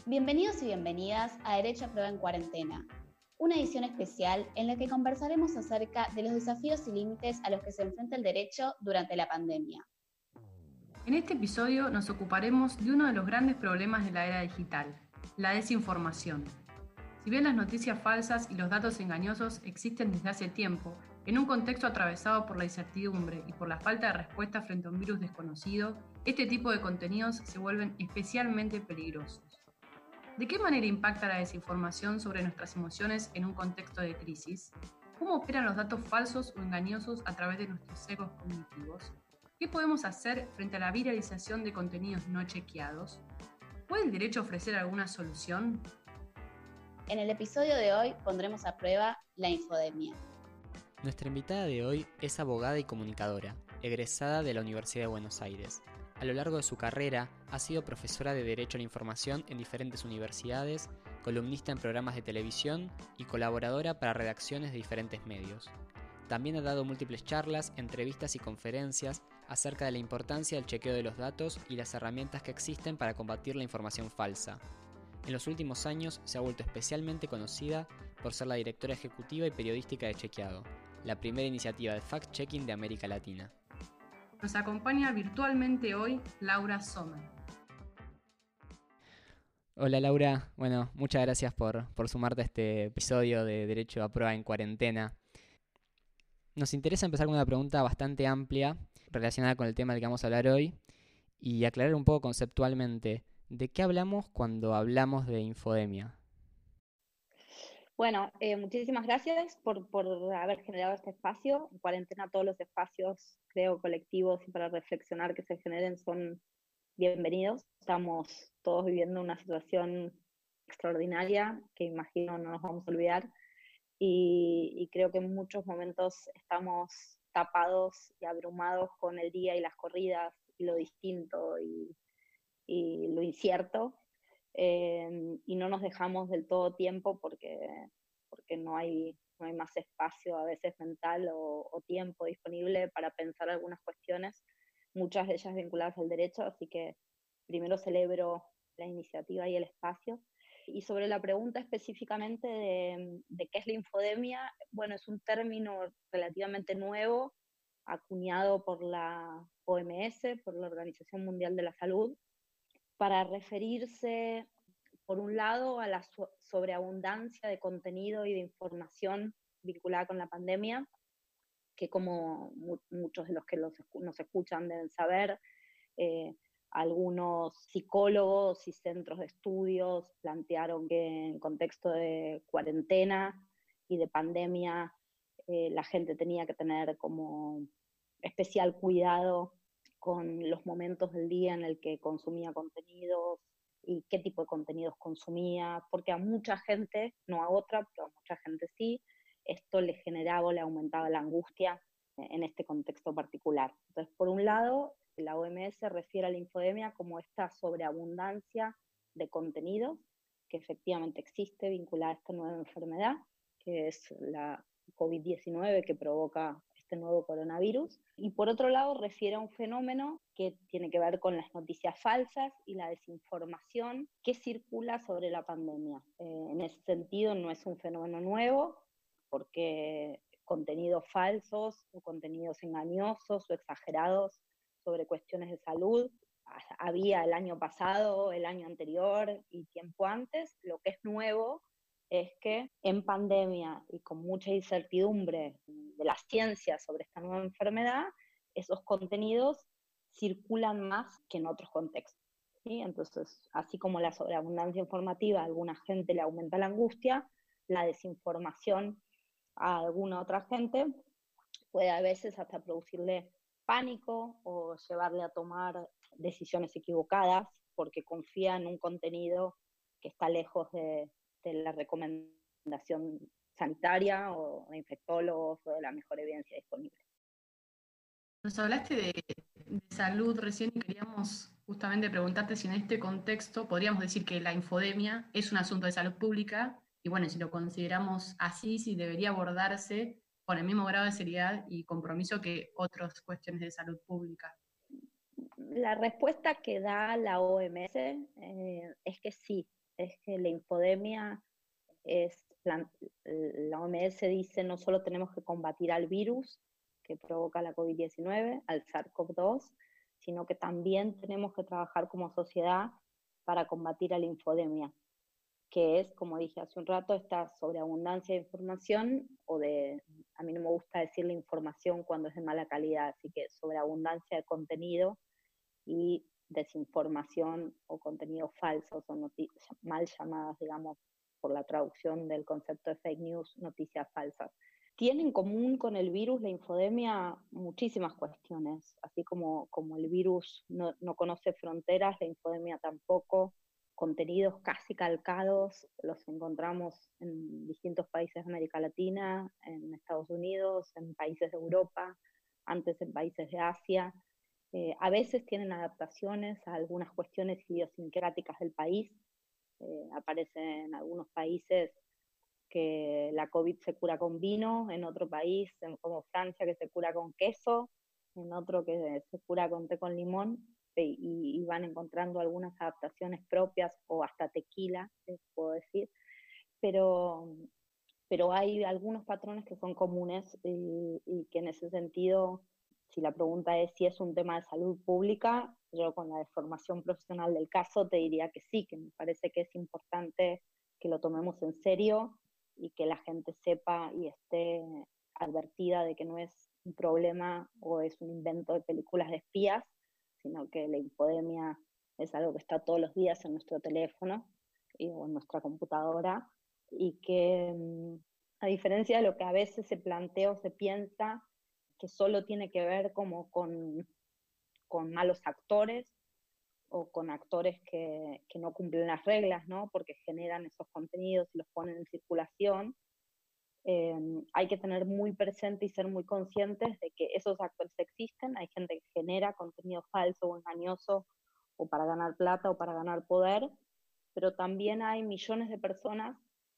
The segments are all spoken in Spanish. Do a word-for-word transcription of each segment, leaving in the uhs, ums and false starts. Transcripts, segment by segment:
Bienvenidos y bienvenidas a Derecho a Prueba en Cuarentena, una edición especial en la que conversaremos acerca de los desafíos y límites a los que se enfrenta el derecho durante la pandemia. En este episodio nos ocuparemos de uno de los grandes problemas de la era digital, la desinformación. Si bien las noticias falsas y los datos engañosos existen desde hace tiempo, en un contexto atravesado por la incertidumbre y por la falta de respuesta frente a un virus desconocido, este tipo de contenidos se vuelven especialmente peligrosos. ¿De qué manera impacta la desinformación sobre nuestras emociones en un contexto de crisis? ¿Cómo operan los datos falsos o engañosos a través de nuestros sesgos cognitivos? ¿Qué podemos hacer frente a la viralización de contenidos no chequeados? ¿Puede el derecho ofrecer alguna solución? En el episodio de hoy pondremos a prueba la infodemia. Nuestra invitada de hoy es abogada y comunicadora, egresada de la Universidad de Buenos Aires. A lo largo de su carrera, ha sido profesora de Derecho a la Información en diferentes universidades, columnista en programas de televisión y colaboradora para redacciones de diferentes medios. También ha dado múltiples charlas, entrevistas y conferencias acerca de la importancia del chequeo de los datos y las herramientas que existen para combatir la información falsa. En los últimos años se ha vuelto especialmente conocida por ser la directora ejecutiva y periodística de Chequeado, la primera iniciativa de fact-checking de América Latina. Nos acompaña virtualmente hoy Laura Sommer. Hola Laura, bueno, muchas gracias por, por sumarte a este episodio de Derecho a Prueba en Cuarentena. Nos interesa empezar con una pregunta bastante amplia relacionada con el tema del que vamos a hablar hoy y aclarar un poco conceptualmente de qué hablamos cuando hablamos de infodemia. Bueno, eh, muchísimas gracias por, por haber generado este espacio. En cuarentena todos los espacios, creo, colectivos y para reflexionar que se generen son bienvenidos. Estamos todos viviendo una situación extraordinaria que imagino no nos vamos a olvidar y, y creo que en muchos momentos estamos tapados y abrumados con el día y las corridas y lo distinto y, y lo incierto. Eh, y no nos dejamos del todo tiempo porque, porque no, hay, no hay más espacio a veces mental o, o tiempo disponible para pensar algunas cuestiones, muchas de ellas vinculadas al derecho, así que primero celebro la iniciativa y el espacio. Y sobre la pregunta específicamente de, de qué es la infodemia, bueno, es un término relativamente nuevo, acuñado por la O M S, por la Organización Mundial de la Salud, para referirse, por un lado, a la so- sobreabundancia de contenido y de información vinculada con la pandemia, que como mu- muchos de los que los escu- nos escuchan deben saber, eh, algunos psicólogos y centros de estudios plantearon que en contexto de cuarentena y de pandemia eh, la gente tenía que tener como especial cuidado con los momentos del día en el que consumía contenidos y qué tipo de contenidos consumía, porque a mucha gente, no a otra, pero a mucha gente sí, esto le generaba o le aumentaba la angustia en este contexto particular. Entonces, por un lado, la O M S refiere a la infodemia como esta sobreabundancia de contenidos que efectivamente existe vinculada a esta nueva enfermedad, que es la COVID diecinueve que provoca este nuevo coronavirus. Y por otro lado, refiere a un fenómeno que tiene que ver con las noticias falsas y la desinformación que circula sobre la pandemia. Eh, en ese sentido, no es un fenómeno nuevo, porque contenidos falsos o contenidos engañosos o exagerados sobre cuestiones de salud había el año pasado, el año anterior y tiempo antes. Lo que es nuevo es que en pandemia y con mucha incertidumbre de la ciencia sobre esta nueva enfermedad, esos contenidos circulan más que en otros contextos, ¿sí? Entonces, así como la sobreabundancia informativa a alguna gente le aumenta la angustia, la desinformación a alguna otra gente puede a veces hasta producirle pánico o llevarle a tomar decisiones equivocadas porque confía en un contenido que está lejos de, de la recomendación sanitaria o de infectólogos o de la mejor evidencia disponible. Nos hablaste de, de salud recién y queríamos justamente preguntarte si en este contexto podríamos decir que la infodemia es un asunto de salud pública y bueno, si lo consideramos así, si debería abordarse con el mismo grado de seriedad y compromiso que otras cuestiones de salud pública. La respuesta que da la O M S eh, es que sí, es que la infodemia es, la O M S dice no solo tenemos que combatir al virus que provoca la COVID diecinueve, al SARS-CoV dos, sino que también tenemos que trabajar como sociedad para combatir a la infodemia, que es, como dije hace un rato, esta sobreabundancia de información, o de, a mí no me gusta decir la información cuando es de mala calidad, así que sobreabundancia de contenido y desinformación o contenidos falsos o noticias mal llamadas, digamos, por la traducción del concepto de fake news, noticias falsas. Tiene en común con el virus, la infodemia, muchísimas cuestiones, así como, como el virus no, no conoce fronteras, la infodemia tampoco. Contenidos casi calcados los encontramos en distintos países de América Latina, en Estados Unidos, en países de Europa, antes en países de Asia. Eh, a veces tienen adaptaciones a algunas cuestiones idiosincráticas del país. Eh, aparece en algunos países que la COVID se cura con vino, en otro país, como Francia, que se cura con queso, en otro que se cura con té con limón, y, y van encontrando algunas adaptaciones propias, o hasta tequila, les puedo decir, pero, pero hay algunos patrones que son comunes y, y que en ese sentido, si la pregunta es si es un tema de salud pública, yo con la deformación profesional del caso te diría que sí, que me parece que es importante que lo tomemos en serio y que la gente sepa y esté advertida de que no es un problema o es un invento de películas de espías, sino que la infodemia es algo que está todos los días en nuestro teléfono y, o en nuestra computadora, y que a diferencia de lo que a veces se plantea o se piensa, que solo tiene que ver como con, con malos actores o con actores que, que no cumplen las reglas, ¿no? Porque generan esos contenidos y los ponen en circulación. Eh, hay que tener muy presente y ser muy conscientes de que esos actores existen. Hay gente que genera contenido falso o engañoso, o para ganar plata o para ganar poder, pero también hay millones de personas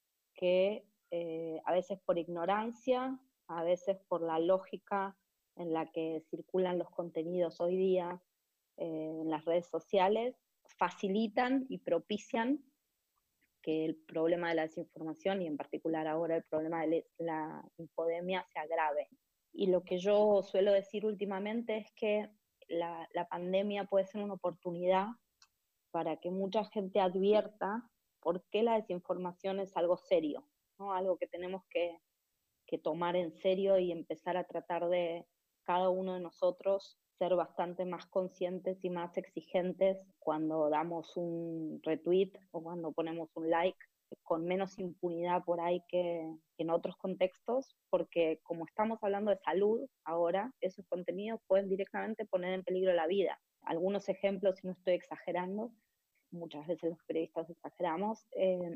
que eh, a veces por ignorancia, a veces por la lógica en la que circulan los contenidos hoy día eh, en las redes sociales, facilitan y propician que el problema de la desinformación, y en particular ahora el problema de la infodemia, se agrave. Y lo que yo suelo decir últimamente es que la, la pandemia puede ser una oportunidad para que mucha gente advierta por qué la desinformación es algo serio, ¿no? Algo que tenemos que, que tomar en serio y empezar a tratar de, cada uno de nosotros, ser bastante más conscientes y más exigentes cuando damos un retweet o cuando ponemos un like, con menos impunidad por ahí que, que en otros contextos, porque como estamos hablando de salud ahora, esos contenidos pueden directamente poner en peligro la vida. Algunos ejemplos, si no estoy exagerando, muchas veces los periodistas exageramos, eh,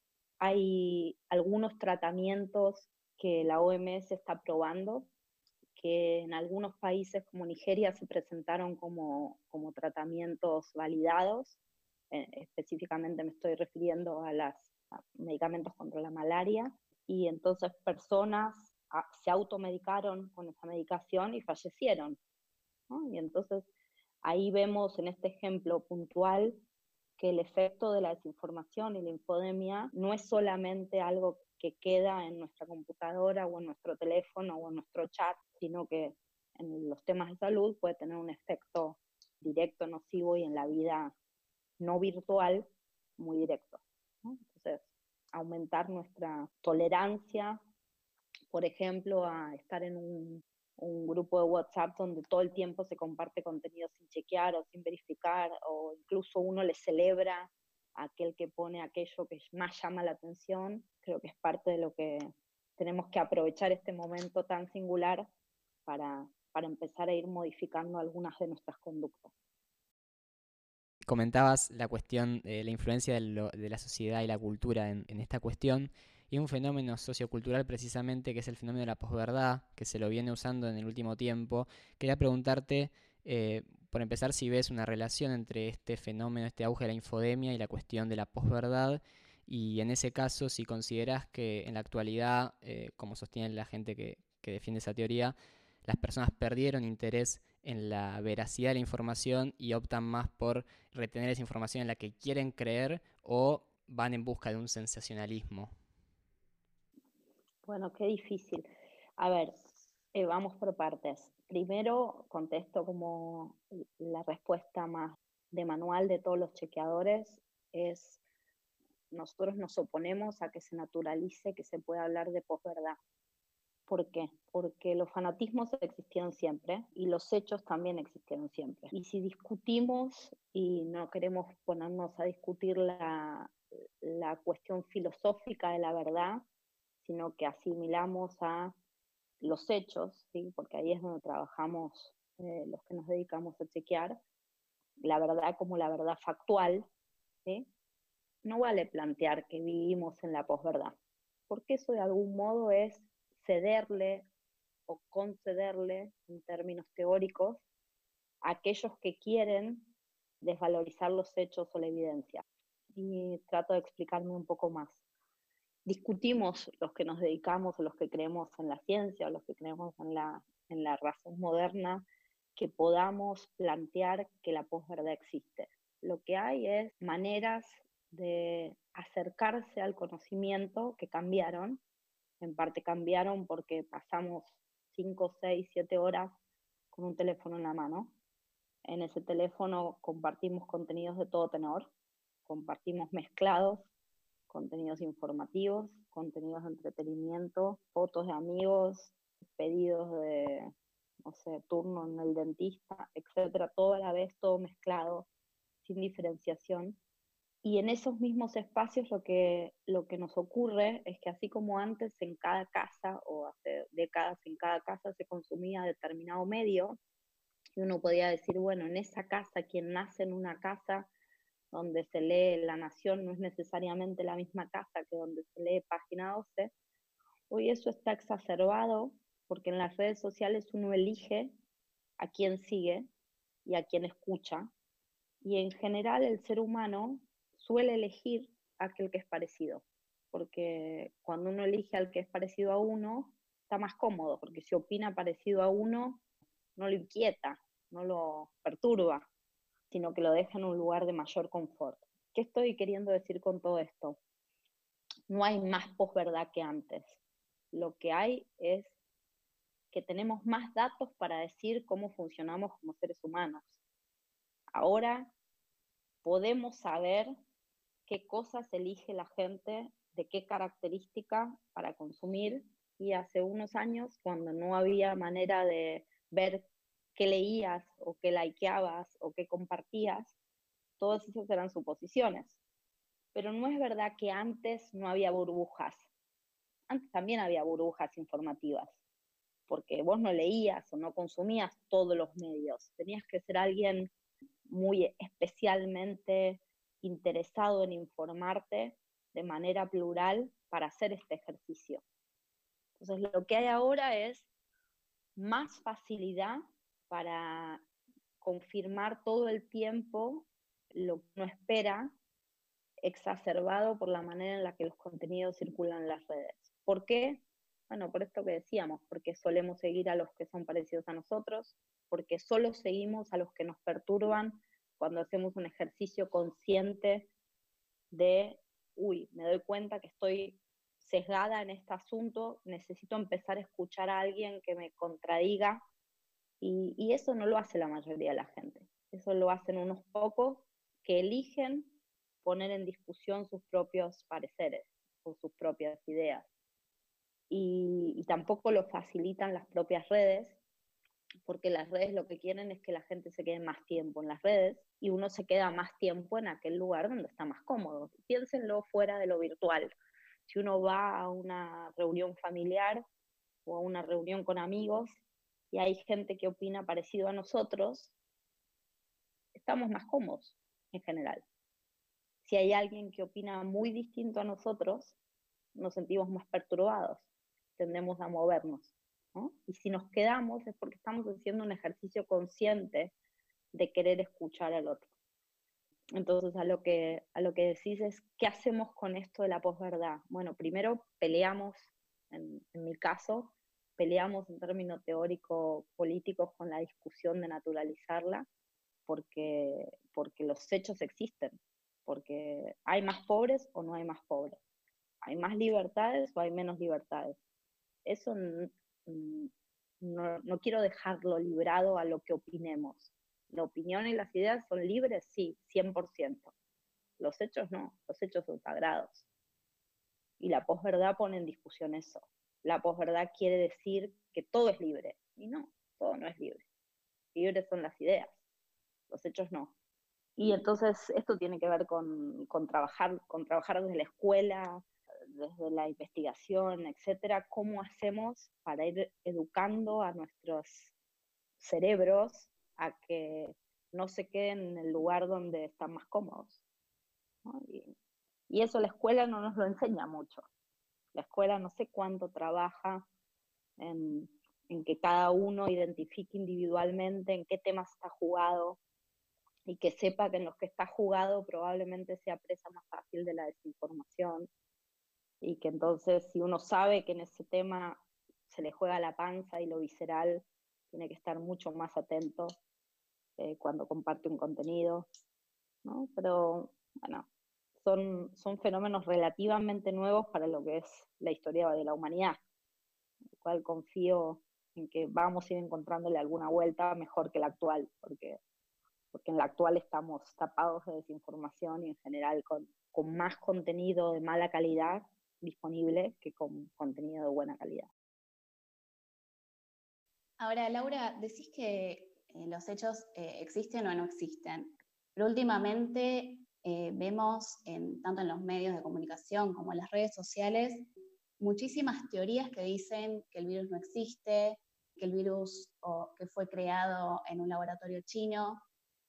hay algunos tratamientos que la O M S está probando, que en algunos países como Nigeria se presentaron como, como tratamientos validados. Eh, específicamente me estoy refiriendo a los medicamentos contra la malaria, y entonces personas a, se automedicaron con esa medicación y fallecieron, ¿no? Y entonces ahí vemos en este ejemplo puntual que el efecto de la desinformación y la infodemia no es solamente algo que queda en nuestra computadora o en nuestro teléfono o en nuestro chat, sino que en los temas de salud puede tener un efecto directo, nocivo, y en la vida no virtual muy directo, ¿no? Entonces, aumentar nuestra tolerancia, por ejemplo, a estar en un, un grupo de WhatsApp donde todo el tiempo se comparte contenido sin chequear o sin verificar, o incluso uno le celebra a aquel que pone aquello que más llama la atención. Creo que es parte de lo que tenemos que aprovechar este momento tan singular para, para empezar a ir modificando algunas de nuestras conductas. Comentabas la cuestión de la influencia de, lo, de la sociedad y la cultura en, en esta cuestión, y un fenómeno sociocultural precisamente, que es el fenómeno de la posverdad, que se lo viene usando en el último tiempo. Quería preguntarte, eh, por empezar, si ves una relación entre este fenómeno, este auge de la infodemia y la cuestión de la posverdad, y en ese caso, si consideras que en la actualidad, eh, como sostiene la gente que, que defiende esa teoría, las personas perdieron interés en la veracidad de la información y optan más por retener esa información en la que quieren creer, o van en busca de un sensacionalismo? Bueno, qué difícil. A ver, eh, vamos por partes. Primero, contesto como la respuesta más de manual de todos los chequeadores es: nosotros nos oponemos a que se naturalice que se pueda hablar de posverdad. ¿Por qué? Porque los fanatismos existieron siempre y los hechos también existieron siempre. Y si discutimos y no queremos ponernos a discutir la, la cuestión filosófica de la verdad, sino que asimilamos a los hechos, ¿sí? Porque ahí es donde trabajamos eh, los que nos dedicamos a chequear, la verdad como la verdad factual, ¿sí? No vale plantear que vivimos en la posverdad, porque eso de algún modo es cederle o concederle, en términos teóricos, a aquellos que quieren desvalorizar los hechos o la evidencia. Y trato de explicarme un poco más. Discutimos los que nos dedicamos, o los que creemos en la ciencia, o los que creemos en la, en la razón moderna, que podamos plantear que la posverdad existe. Lo que hay es maneras de acercarse al conocimiento que cambiaron. En parte cambiaron porque pasamos cinco, seis, siete horas con un teléfono en la mano. En ese teléfono compartimos contenidos de todo tenor, compartimos mezclados, contenidos informativos, contenidos de entretenimiento, fotos de amigos, pedidos de, no sé, turno en el dentista, etcétera, todo a la vez, todo mezclado, sin diferenciación. Y en esos mismos espacios lo que, lo que nos ocurre es que así como antes en cada casa, o hace décadas en cada casa se consumía determinado medio, y uno podía decir, bueno, en esa casa, quien nace en una casa donde se lee La Nación no es necesariamente la misma casa que donde se lee Página doce, hoy eso está exacerbado porque en las redes sociales uno elige a quién sigue y a quién escucha, y en general el ser humano suele elegir a aquel que es parecido, porque cuando uno elige al que es parecido a uno, está más cómodo, porque si opina parecido a uno, no lo inquieta, no lo perturba, sino que lo deja en un lugar de mayor confort. ¿Qué estoy queriendo decir con todo esto? No hay más posverdad que antes. Lo que hay es que tenemos más datos para decir cómo funcionamos como seres humanos. Ahora podemos saber qué cosas elige la gente, de qué característica para consumir, y hace unos años, cuando no había manera de ver qué leías o qué likeabas o qué compartías, todas esas eran suposiciones. Pero no es verdad que antes no había burbujas. Antes también había burbujas informativas, porque vos no leías o no consumías todos los medios. Tenías que ser alguien muy especialmente interesado en informarte de manera plural para hacer este ejercicio. Entonces, lo que hay ahora es más facilidad para confirmar todo el tiempo lo que uno espera, exacerbado por la manera en la que los contenidos circulan en las redes. ¿Por qué? Bueno, por esto que decíamos, porque solemos seguir a los que son parecidos a nosotros, porque solo seguimos a los que nos perturban cuando hacemos un ejercicio consciente de, uy, me doy cuenta que estoy sesgada en este asunto, necesito empezar a escuchar a alguien que me contradiga, y, y eso no lo hace la mayoría de la gente, eso lo hacen unos pocos que eligen poner en discusión sus propios pareceres o sus propias ideas. Y, y tampoco lo facilitan las propias redes, porque las redes lo que quieren es que la gente se quede más tiempo en las redes, y uno se queda más tiempo en aquel lugar donde está más cómodo. Piénsenlo fuera de lo virtual. Si uno va a una reunión familiar o a una reunión con amigos y hay gente que opina parecido a nosotros, estamos más cómodos en general. Si hay alguien que opina muy distinto a nosotros, nos sentimos más perturbados, tendemos a movernos, ¿no? Y si nos quedamos es porque estamos haciendo un ejercicio consciente de querer escuchar al otro. Entonces, a lo que, a lo que decís es, ¿qué hacemos con esto de la posverdad? Bueno, primero peleamos, en, en mi caso, peleamos en términos teórico-políticos con la discusión de naturalizarla, porque, porque los hechos existen. porque hay más pobres o no hay más pobres, hay más libertades o hay menos libertades. Eso no, no quiero dejarlo librado a lo que opinemos. La opinión y las ideas son libres, sí, cien por ciento. Los hechos no, los hechos son sagrados. Y la posverdad pone en discusión eso. La posverdad quiere decir que todo es libre. Y no, todo no es libre. Libres son las ideas, los hechos no. Y entonces esto tiene que ver con, con, trabajar, con trabajar desde la escuela, desde la investigación, etcétera. ¿Cómo hacemos para ir educando a nuestros cerebros a que no se queden en el lugar donde están más cómodos? ¿No? Y, y eso la escuela no nos lo enseña mucho. La escuela no sé cuánto trabaja en, en que cada uno identifique individualmente en qué temas está jugado y que sepa que en los que está jugado probablemente sea presa más fácil de la desinformación, y que entonces si uno sabe que en ese tema se le juega la panza y lo visceral, tiene que estar mucho más atento eh, cuando comparte un contenido, ¿no? Pero bueno, son, son fenómenos relativamente nuevos para lo que es la historia de la humanidad, lo cual confío en que vamos a ir encontrándole alguna vuelta mejor que la actual, porque, porque en la actual estamos tapados de desinformación y en general con, con más contenido de mala calidad disponible que con contenido de buena calidad. Ahora, Laura, decís que eh, los hechos eh, existen o no existen, pero últimamente eh, vemos en, tanto en los medios de comunicación como en las redes sociales muchísimas teorías que dicen que el virus no existe, que el virus o, que fue creado en un laboratorio chino,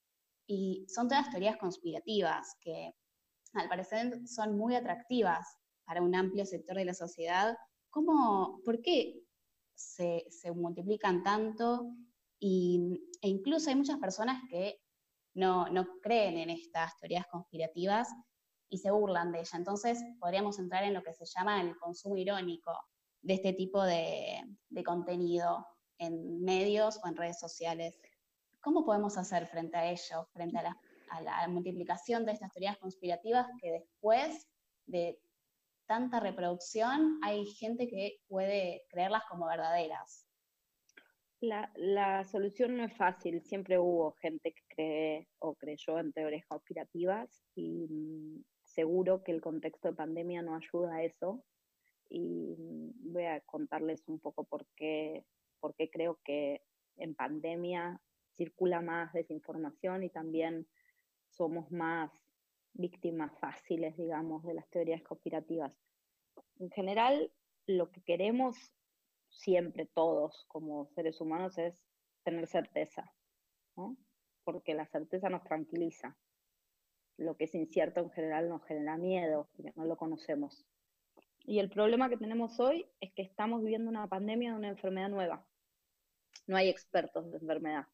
y son todas teorías conspirativas que al parecer son muy atractivas para un amplio sector de la sociedad. ¿Cómo, por qué se, se multiplican tanto? Y, e incluso hay muchas personas que no, no creen en estas teorías conspirativas y se burlan de ella. Entonces podríamos entrar en lo que se llama el consumo irónico de este tipo de, de contenido en medios o en redes sociales. ¿Cómo podemos hacer frente a ello, frente a la a la multiplicación de estas teorías conspirativas que después de tanta reproducción hay gente que puede creerlas como verdaderas? La, la solución no es fácil, siempre hubo gente que cree o creyó en teorías conspirativas y mmm, seguro que el contexto de pandemia no ayuda a eso, y voy a contarles un poco por qué, por qué creo que en pandemia circula más desinformación y también somos más víctimas fáciles, digamos, de las teorías conspirativas. En general, lo que queremos siempre todos como seres humanos es tener certeza, ¿no? Porque la certeza nos tranquiliza. Lo que es incierto en general nos genera miedo, porque no lo conocemos. Y el problema que tenemos hoy es que estamos viviendo una pandemia de una enfermedad nueva. No hay expertos de enfermedad.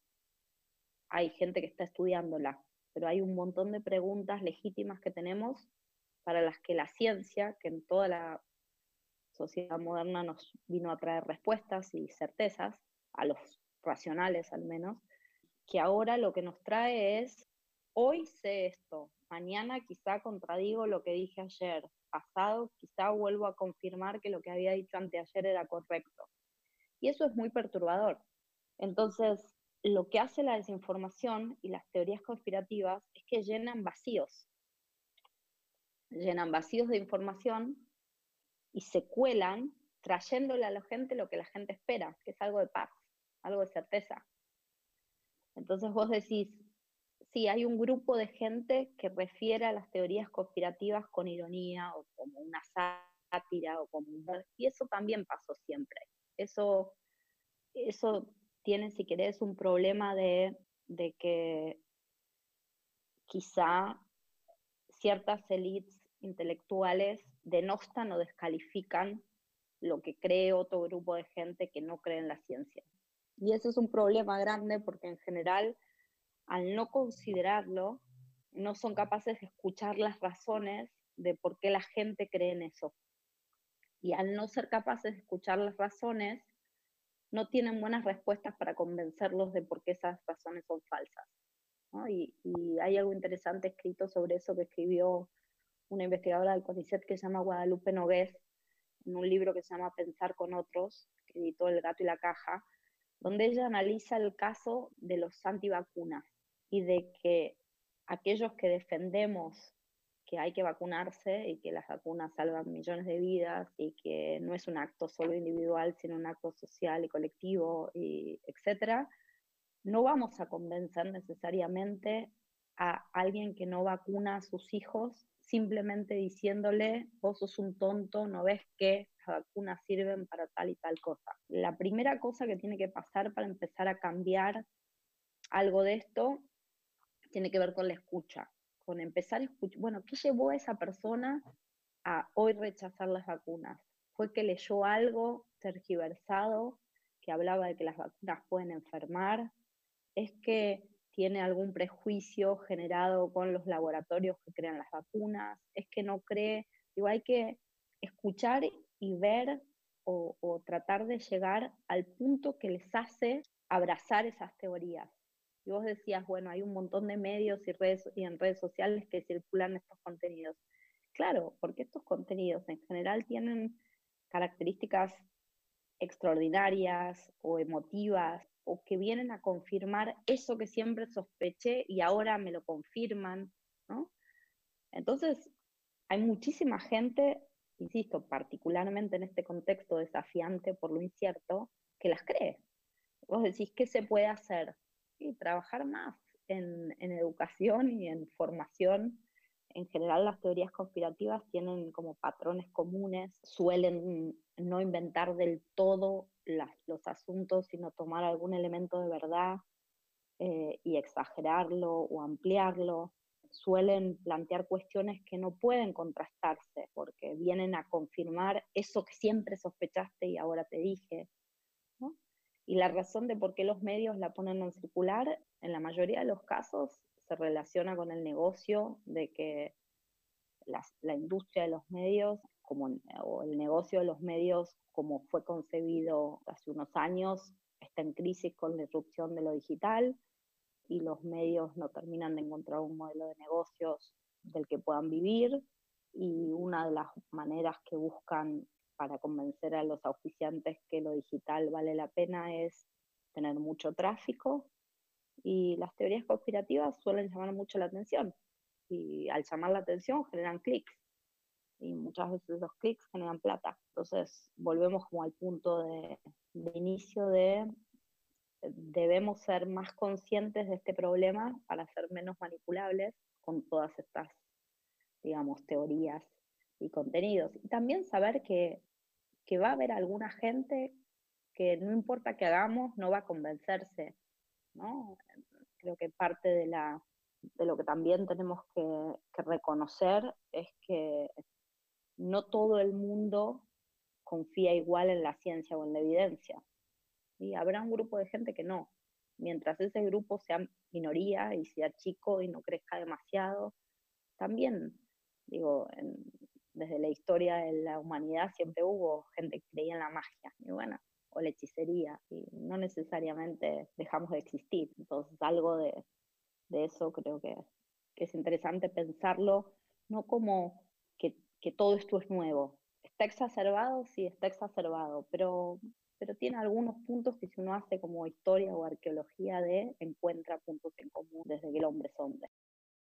Hay gente que está estudiándola, pero hay un montón de preguntas legítimas que tenemos para las que la ciencia, que en toda la sociedad moderna nos vino a traer respuestas y certezas, a los racionales al menos, que ahora lo que nos trae es, hoy sé esto, mañana quizá contradigo lo que dije ayer, pasado quizá vuelvo a confirmar que lo que había dicho anteayer era correcto. Y eso es muy perturbador. Entonces, lo que hace la desinformación y las teorías conspirativas es que llenan vacíos. Llenan vacíos de información y se cuelan trayéndole a la gente lo que la gente espera, que es algo de paz, algo de certeza. Entonces vos decís, sí, hay un grupo de gente que refiere a las teorías conspirativas con ironía o como una sátira o como un... Y eso también pasó siempre. Eso, eso tiene, si querés, un problema de, de que quizá ciertas élites intelectuales denostan o descalifican lo que cree otro grupo de gente que no cree en la ciencia. Y ese es un problema grande porque en general, al no considerarlo, no son capaces de escuchar las razones de por qué la gente cree en eso. Y al no ser capaces de escuchar las razones, no tienen buenas respuestas para convencerlos de por qué esas razones son falsas. ¿no? Y, y hay algo interesante escrito sobre eso que escribió una investigadora del CONICET que se llama Guadalupe Nogués, en un libro que se llama Pensar con otros, que editó El gato y la caja, donde ella analiza el caso de los antivacunas y de que aquellos que defendemos que hay que vacunarse y que las vacunas salvan millones de vidas y que no es un acto solo individual, sino un acto social y colectivo, y etcétera, no vamos a convencer necesariamente a alguien que no vacuna a sus hijos simplemente diciéndole, vos sos un tonto, no ves que las vacunas sirven para tal y tal cosa. La primera cosa que tiene que pasar para empezar a cambiar algo de esto tiene que ver con la escucha, con empezar a escuchar, bueno, ¿qué llevó a esa persona a hoy rechazar las vacunas? ¿Fue que leyó algo tergiversado que hablaba de que las vacunas pueden enfermar? ¿Es que tiene algún prejuicio generado con los laboratorios que crean las vacunas? ¿Es que no cree? Digo, hay que escuchar y ver o, o tratar de llegar al punto que les hace abrazar esas teorías. Y vos decías, bueno, hay un montón de medios y, redes, y en redes sociales que circulan estos contenidos. Claro, porque estos contenidos en general tienen características extraordinarias o emotivas o que vienen a confirmar eso que siempre sospeché y ahora me lo confirman, ¿no? Entonces, hay muchísima gente, insisto, particularmente en este contexto desafiante por lo incierto, que las cree. Vos decís, ¿qué se puede hacer? Y trabajar más en, en educación y en formación. En general las teorías conspirativas tienen como patrones comunes, suelen no inventar del todo las, los asuntos, sino tomar algún elemento de verdad eh, y exagerarlo o ampliarlo. Suelen plantear cuestiones que no pueden contrastarse porque vienen a confirmar eso que siempre sospechaste y ahora te dije, ¿no? Y la razón de por qué los medios la ponen en circular, en la mayoría de los casos, se relaciona con el negocio de que la, la industria de los medios, como, o el negocio de los medios, como fue concebido hace unos años, está en crisis con la irrupción de lo digital y los medios no terminan de encontrar un modelo de negocios del que puedan vivir, y una de las maneras que buscan para convencer a los auspiciantes que lo digital vale la pena es tener mucho tráfico, y las teorías conspirativas suelen llamar mucho la atención, y al llamar la atención generan clics, y muchas veces los clics generan plata. Entonces volvemos como al punto de, de inicio de debemos ser más conscientes de este problema para ser menos manipulables con todas estas, digamos, teorías y contenidos. Y también saber que, que va a haber alguna gente que no importa qué hagamos, no va a convencerse, ¿no? Creo que parte de, la, de lo que también tenemos que, que reconocer es que no todo el mundo confía igual en la ciencia o en la evidencia. Y habrá un grupo de gente que no. Mientras ese grupo sea minoría y sea chico y no crezca demasiado, también, digo, en, desde la historia de la humanidad siempre hubo gente que creía en la magia, y bueno, o la hechicería, y no necesariamente dejamos de existir. Entonces algo de, de eso creo que, que es interesante pensarlo, no como que, que todo esto es nuevo. Está exacerbado, sí, está exacerbado, pero, pero tiene algunos puntos que si uno hace como historia o arqueología de, encuentra puntos en común desde que el hombre es hombre.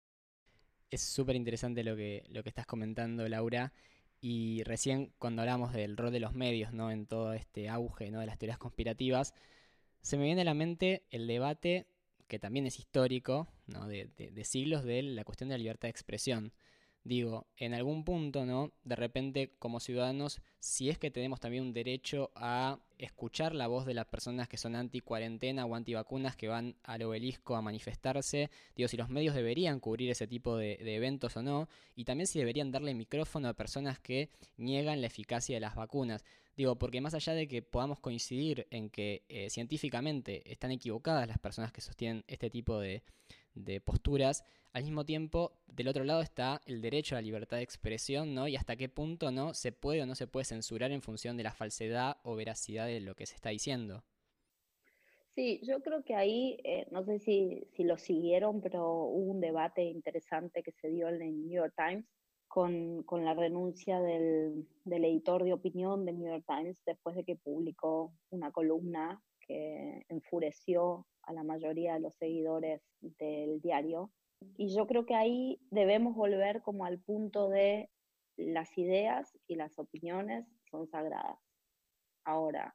Es súper interesante lo que, lo que estás comentando, Laura. Y recién cuando hablamos del rol de los medios, ¿no?, en todo este auge, ¿no?, de las teorías conspirativas, se me viene a la mente el debate, que también es histórico, ¿no?, de, de, de siglos, de la cuestión de la libertad de expresión. Digo, en algún punto, ¿no?, de repente como ciudadanos, si es que tenemos también un derecho a escuchar la voz de las personas que son anti-cuarentena o antivacunas, que van al obelisco a manifestarse, digo, si los medios deberían cubrir ese tipo de, de eventos o no, y también si deberían darle micrófono a personas que niegan la eficacia de las vacunas. Digo, porque más allá de que podamos coincidir en que eh, científicamente están equivocadas las personas que sostienen este tipo de, de posturas, al mismo tiempo, del otro lado está el derecho a la libertad de expresión, ¿no? Y hasta qué punto, ¿no?, se puede o no se puede censurar en función de la falsedad o veracidad de lo que se está diciendo. Sí, yo creo que ahí, eh, no sé si, si lo siguieron, pero hubo un debate interesante que se dio en el New York Times con, con la renuncia del, del editor de opinión del New York Times después de que publicó una columna que enfureció a la mayoría de los seguidores del diario. Y yo creo que ahí debemos volver como al punto de las ideas y las opiniones son sagradas. Ahora,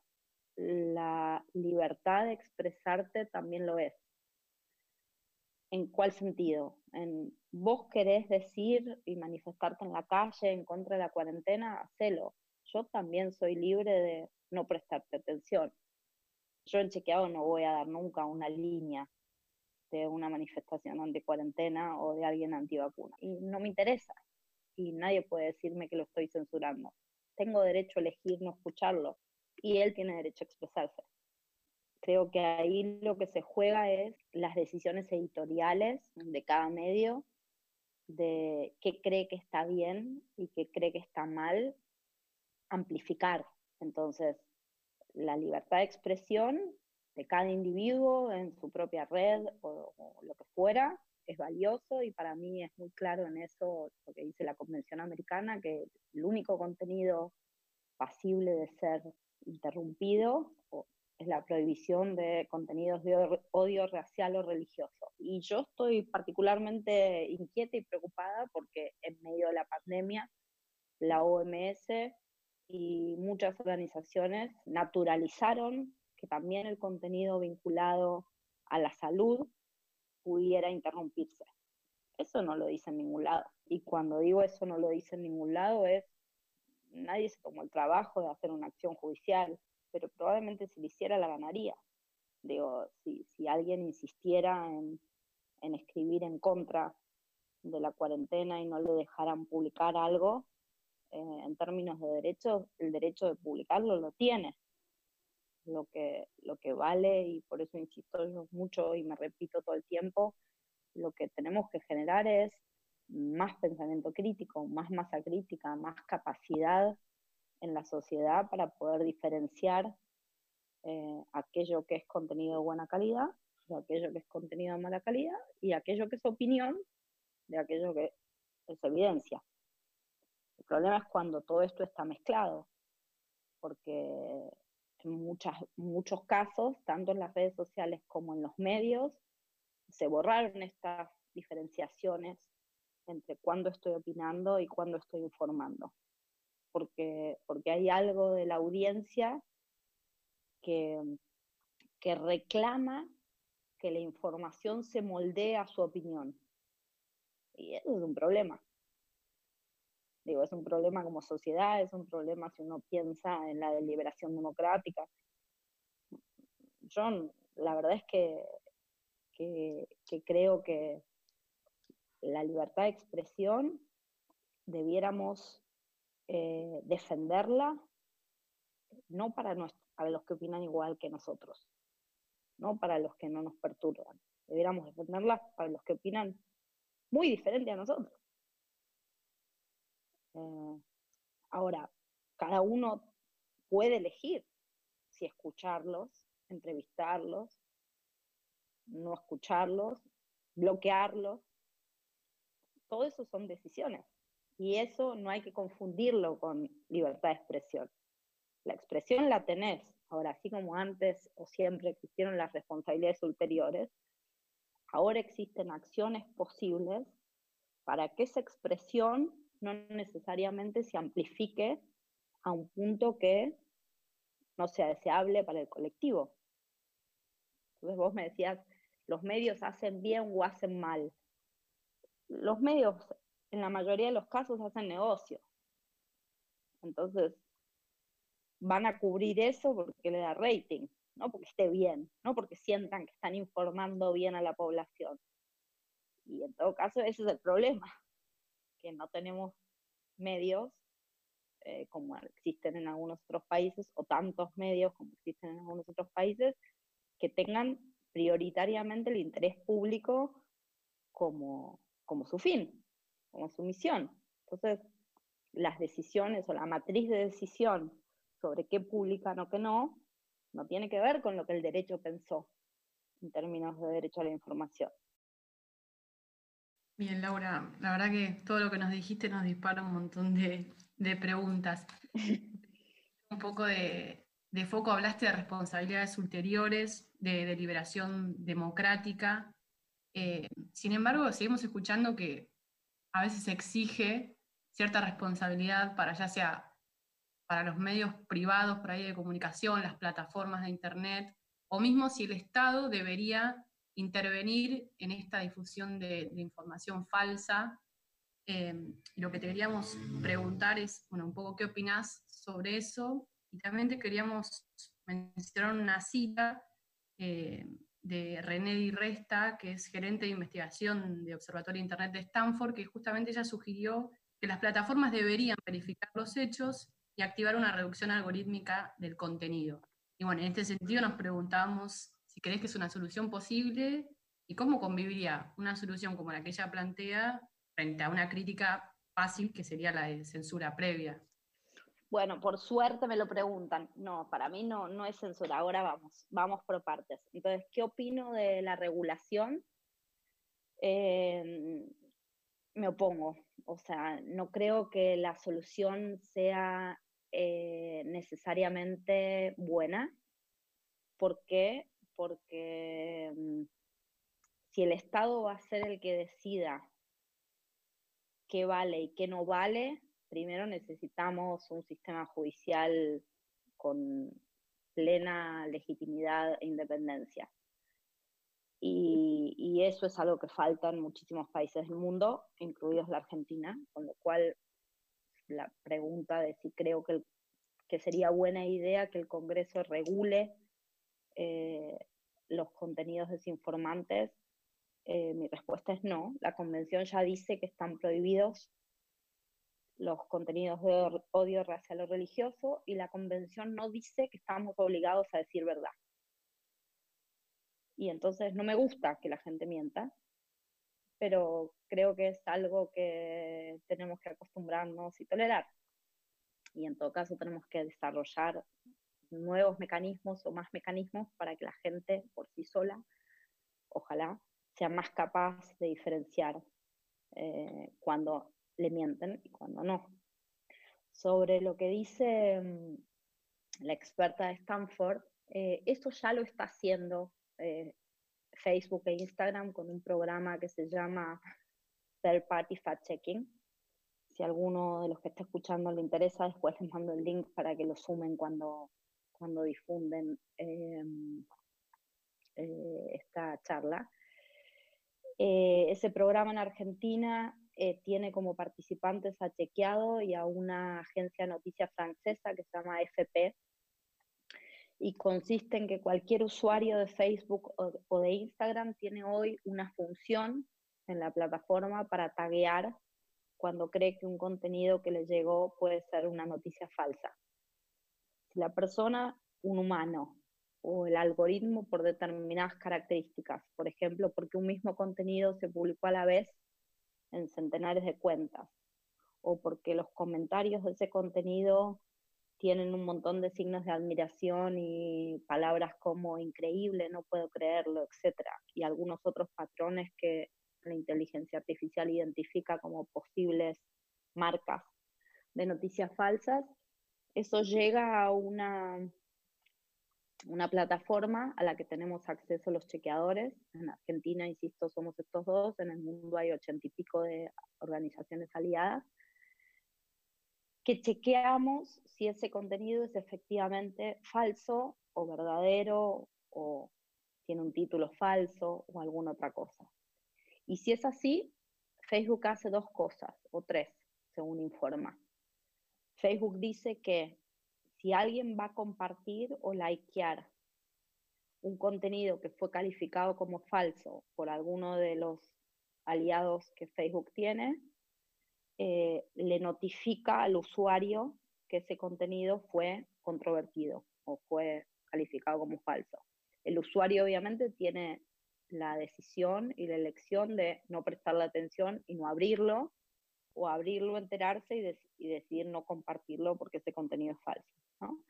la libertad de expresarte también lo es. ¿En cuál sentido? En vos querés decir y manifestarte en la calle en contra de la cuarentena, hacelo. Yo también soy libre de no prestarte atención. Yo en Chequeado no voy a dar nunca una línea de una manifestación anti-cuarentena o de alguien antivacuna. Y no me interesa. Y nadie puede decirme que lo estoy censurando. Tengo derecho a elegir no escucharlo. Y él tiene derecho a expresarse. Creo que ahí lo que se juega es las decisiones editoriales de cada medio, de qué cree que está bien y qué cree que está mal, amplificar. Entonces, la libertad de expresión de cada individuo en su propia red o, o lo que fuera es valioso, y para mí es muy claro en eso lo que dice la Convención Americana, que el único contenido pasible de ser interrumpido o es la prohibición de contenidos de odio racial o religioso. Y yo estoy particularmente inquieta y preocupada porque en medio de la pandemia, la O M S y muchas organizaciones naturalizaron que también el contenido vinculado a la salud pudiera interrumpirse. Eso no lo dice en ningún lado. Y cuando digo eso no lo dice en ningún lado es, nadie se tomó el trabajo de hacer una acción judicial, pero probablemente si lo hiciera la ganaría. Digo, si, si alguien insistiera en, en escribir en contra de la cuarentena y no le dejaran publicar algo, eh, en términos de derechos, el derecho de publicarlo lo tiene. Lo que, lo que vale, y por eso insisto yo mucho y me repito todo el tiempo, lo que tenemos que generar es más pensamiento crítico, más masa crítica, más capacidad en la sociedad para poder diferenciar eh, aquello que es contenido de buena calidad de aquello que es contenido de mala calidad y aquello que es opinión de aquello que es evidencia. El problema es cuando todo esto está mezclado, porque en muchas, muchos casos, tanto en las redes sociales como en los medios, se borraron estas diferenciaciones entre cuándo estoy opinando y cuándo estoy informando. Porque, porque hay algo de la audiencia que, que reclama que la información se moldee a su opinión. Y eso es un problema. Digo, es un problema como sociedad, es un problema si uno piensa en la deliberación democrática. Yo la verdad es que, que, que creo que la libertad de expresión debiéramos eh, defenderla, no para, nuestro, para los que opinan igual que nosotros, no para los que no nos perturban. Debiéramos defenderla para los que opinan muy diferente a nosotros. Eh, ahora, cada uno puede elegir si escucharlos, entrevistarlos, no escucharlos, bloquearlos. Todo eso son decisiones. Y eso no hay que confundirlo con libertad de expresión. La expresión la tenés. Ahora, así como antes o siempre existieron las responsabilidades ulteriores, ahora existen acciones posibles para que esa expresión no necesariamente se amplifique a un punto que no sea deseable para el colectivo. Entonces vos me decías, ¿los medios hacen bien o hacen mal? Los medios, en la mayoría de los casos, hacen negocio. Entonces, van a cubrir eso porque le da rating, no porque esté bien, no porque sientan que están informando bien a la población. Y en todo caso, ese es el problema, que no tenemos medios eh, como existen en algunos otros países, o tantos medios como existen en algunos otros países, que tengan prioritariamente el interés público como, como su fin, como su misión. Entonces, las decisiones o la matriz de decisión sobre qué publican o qué no, no tiene que ver con lo que el derecho pensó en términos de derecho a la información. Bien, Laura, la verdad que todo lo que nos dijiste nos dispara un montón de, de preguntas. Un poco de, de foco, hablaste de responsabilidades ulteriores, de deliberación democrática. Eh, sin embargo, seguimos escuchando que a veces se exige cierta responsabilidad para ya sea para los medios privados por ahí de comunicación, las plataformas de Internet, o mismo si el Estado debería intervenir en esta difusión de, de información falsa. Eh, lo que te queríamos preguntar es, bueno, un poco qué opinás sobre eso, y también te queríamos mencionar una cita eh, de René Di Resta, que es gerente de investigación de Observatorio de Internet de Stanford, que justamente ella sugirió que las plataformas deberían verificar los hechos y activar una reducción algorítmica del contenido. Y bueno, en este sentido nos preguntamos si crees que es una solución posible y cómo conviviría una solución como la que ella plantea frente a una crítica fácil que sería la de censura previa. Bueno, por suerte me lo preguntan. No, para mí no, no es censura. Ahora vamos, vamos por partes. Entonces, ¿qué opino de la regulación? Eh, me opongo. O sea, no creo que la solución sea eh, necesariamente buena. ¿Por qué? Porque um, si el Estado va a ser el que decida qué vale y qué no vale, primero necesitamos un sistema judicial con plena legitimidad e independencia. Y, y eso es algo que falta en muchísimos países del mundo, incluidos la Argentina, con lo cual la pregunta de si creo que, el, que sería buena idea que el Congreso regule eh, los contenidos desinformantes, eh, mi respuesta es no. La Convención ya dice que están prohibidos los contenidos de odio racial o religioso, y la Convención no dice que estamos obligados a decir verdad. Y entonces no me gusta que la gente mienta, pero creo que es algo que tenemos que acostumbrarnos y tolerar. Y en todo caso tenemos que desarrollar nuevos mecanismos o más mecanismos para que la gente por sí sola, ojalá, sea más capaz de diferenciar eh, cuando le mienten y cuando no. Sobre lo que dice um, la experta de Stanford, eh, esto ya lo está haciendo eh, Facebook e Instagram con un programa que se llama Third Party Fact Checking. Si a alguno de los que está escuchando le interesa, después les mando el link para que lo sumen cuando, cuando difunden eh, eh, esta charla. Eh, ese programa en Argentina eh, tiene como participantes a Chequeado y a una agencia de noticias francesa que se llama A F P, y consiste en que cualquier usuario de Facebook o, o de Instagram tiene hoy una función en la plataforma para taguear cuando cree que un contenido que le llegó puede ser una noticia falsa. Si la persona, un humano, o el algoritmo por determinadas características, por ejemplo, porque un mismo contenido se publicó a la vez en centenares de cuentas, o porque los comentarios de ese contenido tienen un montón de signos de admiración y palabras como increíble, no puedo creerlo, etcétera, y algunos otros patrones que la inteligencia artificial identifica como posibles marcas de noticias falsas, eso llega a una, una plataforma a la que tenemos acceso los chequeadores. En Argentina, insisto, somos estos dos, en el mundo hay ochenta y pico de organizaciones aliadas, que chequeamos si ese contenido es efectivamente falso o verdadero, o tiene un título falso o alguna otra cosa. Y si es así, Facebook hace dos cosas, o tres, según informa. Facebook dice que si alguien va a compartir o likear un contenido que fue calificado como falso por alguno de los aliados que Facebook tiene, Eh, le notifica al usuario que ese contenido fue controvertido o fue calificado como falso. El usuario obviamente tiene la decisión y la elección de no prestarle atención y no abrirlo, o abrirlo, enterarse y, de- y decidir no compartirlo porque ese contenido es falso, ¿no?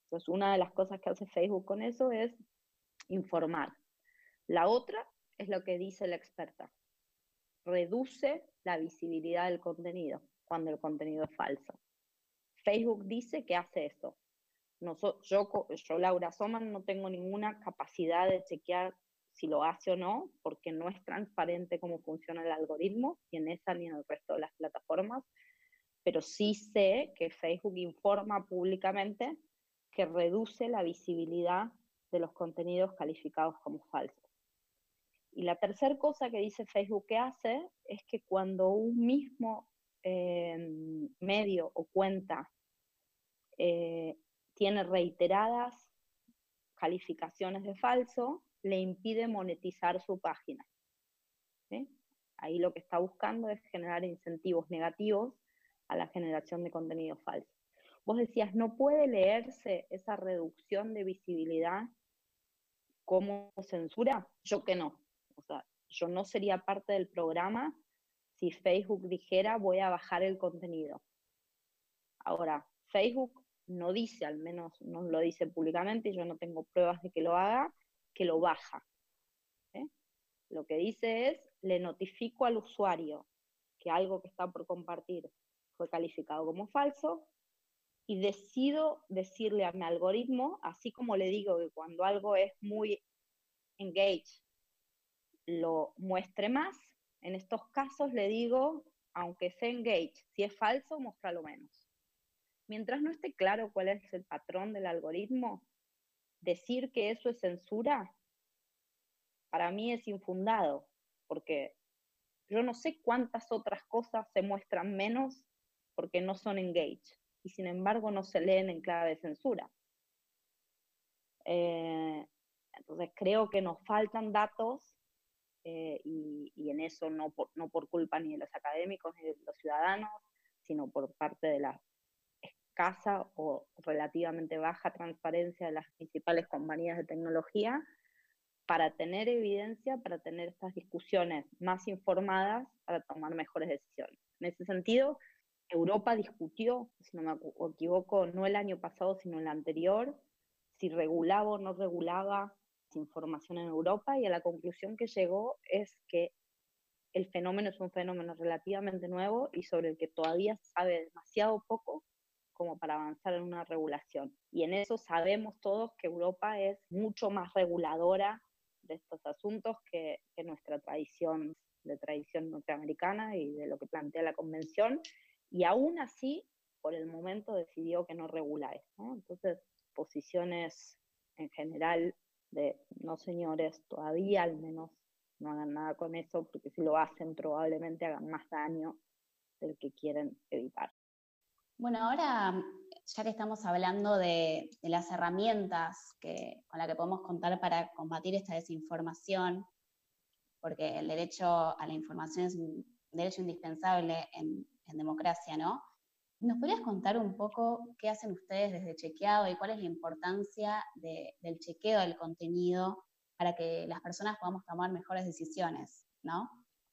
Entonces, una de las cosas que hace Facebook con eso es informar. La otra es lo que dice la experta. Reduce la visibilidad del contenido cuando el contenido es falso. Facebook dice que hace eso. No so, yo, yo, Laura Soman, no tengo ninguna capacidad de chequear si lo hace o no, porque no es transparente cómo funciona el algoritmo, ni en esa ni en el resto de las plataformas, pero sí sé que Facebook informa públicamente que reduce la visibilidad de los contenidos calificados como falsos. Y la tercera cosa que dice Facebook que hace es que cuando un mismo eh, medio o cuenta eh, tiene reiteradas calificaciones de falso, le impide monetizar su página. ¿Sí? Ahí lo que está buscando es generar incentivos negativos a la generación de contenido falso. Vos decías, ¿no puede leerse esa reducción de visibilidad como censura? Yo que no. O sea, yo no sería parte del programa si Facebook dijera voy a bajar el contenido. Ahora, Facebook no dice, al menos no lo dice públicamente, y yo no tengo pruebas de que lo haga, que lo baja. ¿Eh? Lo que dice es, le notifico al usuario que algo que está por compartir fue calificado como falso, y decido decirle a mi algoritmo, así como le digo que cuando algo es muy engage, lo muestre más, en estos casos le digo, aunque sea engage, si es falso, muéstralo menos. Mientras no esté claro cuál es el patrón del algoritmo, decir que eso es censura, para mí es infundado, porque yo no sé cuántas otras cosas se muestran menos porque no son engage, y sin embargo no se leen en clave de censura. Eh, entonces creo que nos faltan datos, eh, y, y en eso no por, no por culpa ni de los académicos ni de los ciudadanos, sino por parte de la escasa o relativamente baja transparencia de las principales compañías de tecnología, para tener evidencia, para tener estas discusiones más informadas, para tomar mejores decisiones. En ese sentido, Europa discutió, si no me equivoco, no el año pasado, sino el anterior, si regulaba o no regulaba información en Europa, y a la conclusión que llegó es que el fenómeno es un fenómeno relativamente nuevo y sobre el que todavía se sabe demasiado poco como para avanzar en una regulación. Y en eso sabemos todos que Europa es mucho más reguladora de estos asuntos que, que nuestra tradición, de tradición norteamericana y de lo que plantea la Convención, y aún así, por el momento, decidió que no regula esto, ¿no? Entonces, posiciones en general de, no señores, todavía al menos no hagan nada con eso, porque si lo hacen probablemente hagan más daño del que quieren evitar. Bueno, ahora ya que estamos hablando de, de las herramientas que, con las que podemos contar para combatir esta desinformación, porque el derecho a la información es un derecho indispensable en, en democracia, ¿no? ¿Nos podrías contar un poco qué hacen ustedes desde Chequeado y cuál es la importancia de, del chequeo del contenido para que las personas podamos tomar mejores decisiones, ¿no?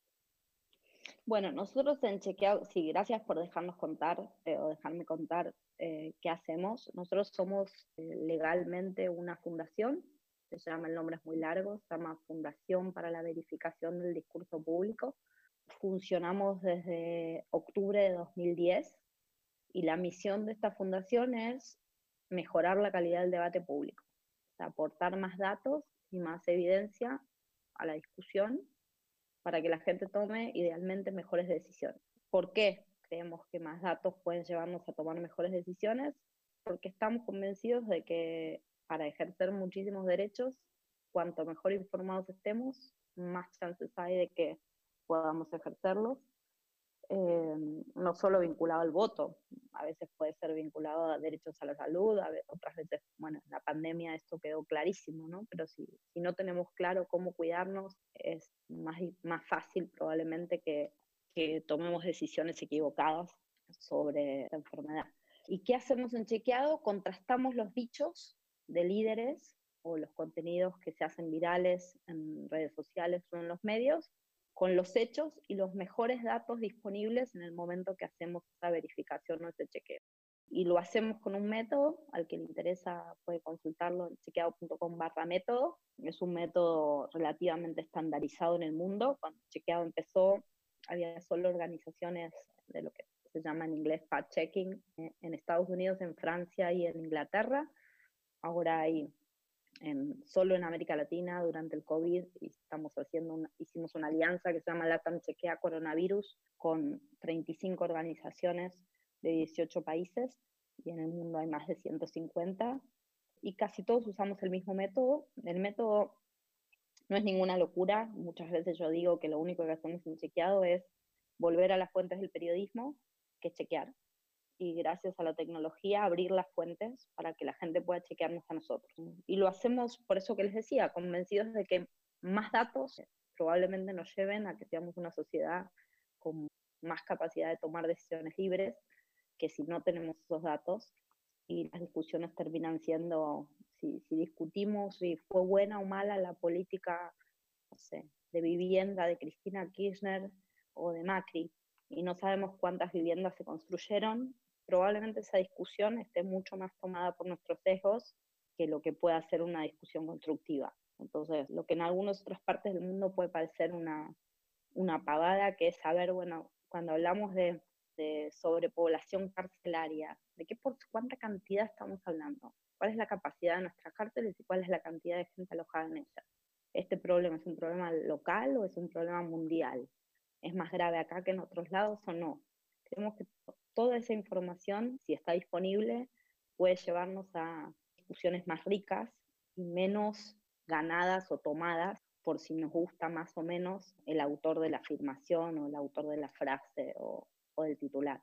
Bueno, nosotros en Chequeado, sí, gracias por dejarnos contar eh, o dejarme contar eh, qué hacemos. Nosotros somos eh, legalmente una fundación, se llama, el nombre es muy largo, se llama Fundación para la Verificación del Discurso Público. Funcionamos desde octubre de dos mil diez y la misión de esta fundación es mejorar la calidad del debate público, o sea, aportar más datos y más evidencia a la discusión para que la gente tome idealmente mejores decisiones. ¿Por qué creemos que más datos pueden llevarnos a tomar mejores decisiones? Porque estamos convencidos de que para ejercer muchísimos derechos, cuanto mejor informados estemos, más chances hay de que podamos ejercerlos. Eh, no solo vinculado al voto, a veces puede ser vinculado a derechos a la salud, a veces, otras veces, bueno, en la pandemia esto quedó clarísimo, ¿no? Pero si, si no tenemos claro cómo cuidarnos, es más, más fácil probablemente que, que tomemos decisiones equivocadas sobre la enfermedad. ¿Y qué hacemos en Chequeado? Contrastamos los dichos de líderes o los contenidos que se hacen virales en redes sociales o en los medios con los hechos y los mejores datos disponibles en el momento que hacemos esa verificación o ese chequeo. Y lo hacemos con un método, al que le interesa puede consultarlo en chequeado punto com barra método. Es un método relativamente estandarizado en el mundo. Cuando Chequeado empezó, había solo organizaciones de lo que se llama en inglés fact-checking en Estados Unidos, en Francia y en Inglaterra. Ahora hay en, solo en América Latina durante el COVID, y estamos haciendo una, hicimos una alianza que se llama LATAM Chequea Coronavirus con treinta y cinco organizaciones de dieciocho países, y en el mundo hay más de ciento cincuenta, y casi todos usamos el mismo método. El método no es ninguna locura. Muchas veces yo digo que lo único que hacemos en Chequeado es volver a las fuentes del periodismo, que es chequear, y gracias a la tecnología abrir las fuentes para que la gente pueda chequearnos a nosotros. Y lo hacemos por eso que les decía, convencidos de que más datos probablemente nos lleven a que seamos una sociedad con más capacidad de tomar decisiones libres, que si no tenemos esos datos, y las discusiones terminan siendo, si, si discutimos si fue buena o mala la política, no sé, de vivienda de Cristina Kirchner o de Macri, y no sabemos cuántas viviendas se construyeron, probablemente esa discusión esté mucho más tomada por nuestros sesgos que lo que pueda ser una discusión constructiva. Entonces, lo que en algunas otras partes del mundo puede parecer una, una pavada, que es saber, bueno, cuando hablamos de, de sobrepoblación carcelaria, ¿de qué por cuánta cantidad estamos hablando? ¿Cuál es la capacidad de nuestras cárceles y cuál es la cantidad de gente alojada en ellas? ¿Este problema es un problema local o es un problema mundial? ¿Es más grave acá que en otros lados o no? Creemos que toda esa información, si está disponible, puede llevarnos a discusiones más ricas y menos ganadas o tomadas por si nos gusta más o menos el autor de la afirmación o el autor de la frase o, o del titular.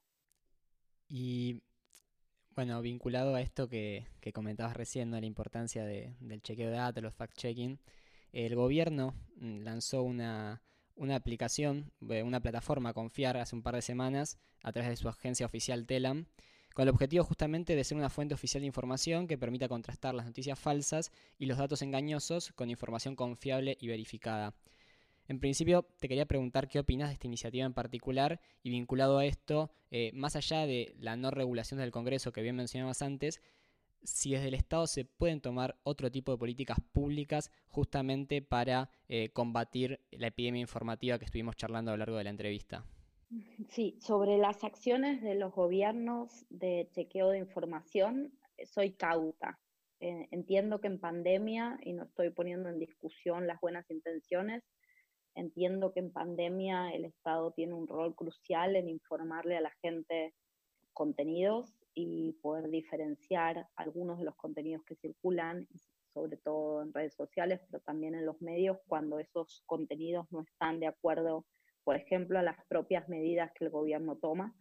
Y bueno, vinculado a esto que, que comentabas recién, ¿no? La importancia de, del chequeo de datos, los fact-checking, el gobierno lanzó una, una aplicación, una plataforma Confiar hace un par de semanas a través de su agencia oficial Telam, con el objetivo justamente de ser una fuente oficial de información que permita contrastar las noticias falsas y los datos engañosos con información confiable y verificada. En principio, te quería preguntar qué opinas de esta iniciativa en particular, y vinculado a esto, eh, más allá de la no regulación del Congreso que bien mencionabas antes, si desde el Estado se pueden tomar otro tipo de políticas públicas justamente para eh, combatir la epidemia informativa que estuvimos charlando a lo largo de la entrevista. Sí, sobre las acciones de los gobiernos de chequeo de información, soy cauta. Eh, entiendo que en pandemia, y no estoy poniendo en discusión las buenas intenciones, entiendo que en pandemia el Estado tiene un rol crucial en informarle a la gente contenidos y poder diferenciar algunos de los contenidos que circulan, sobre todo en redes sociales, pero también en los medios, cuando esos contenidos no están de acuerdo, por ejemplo, a las propias medidas que el gobierno toma.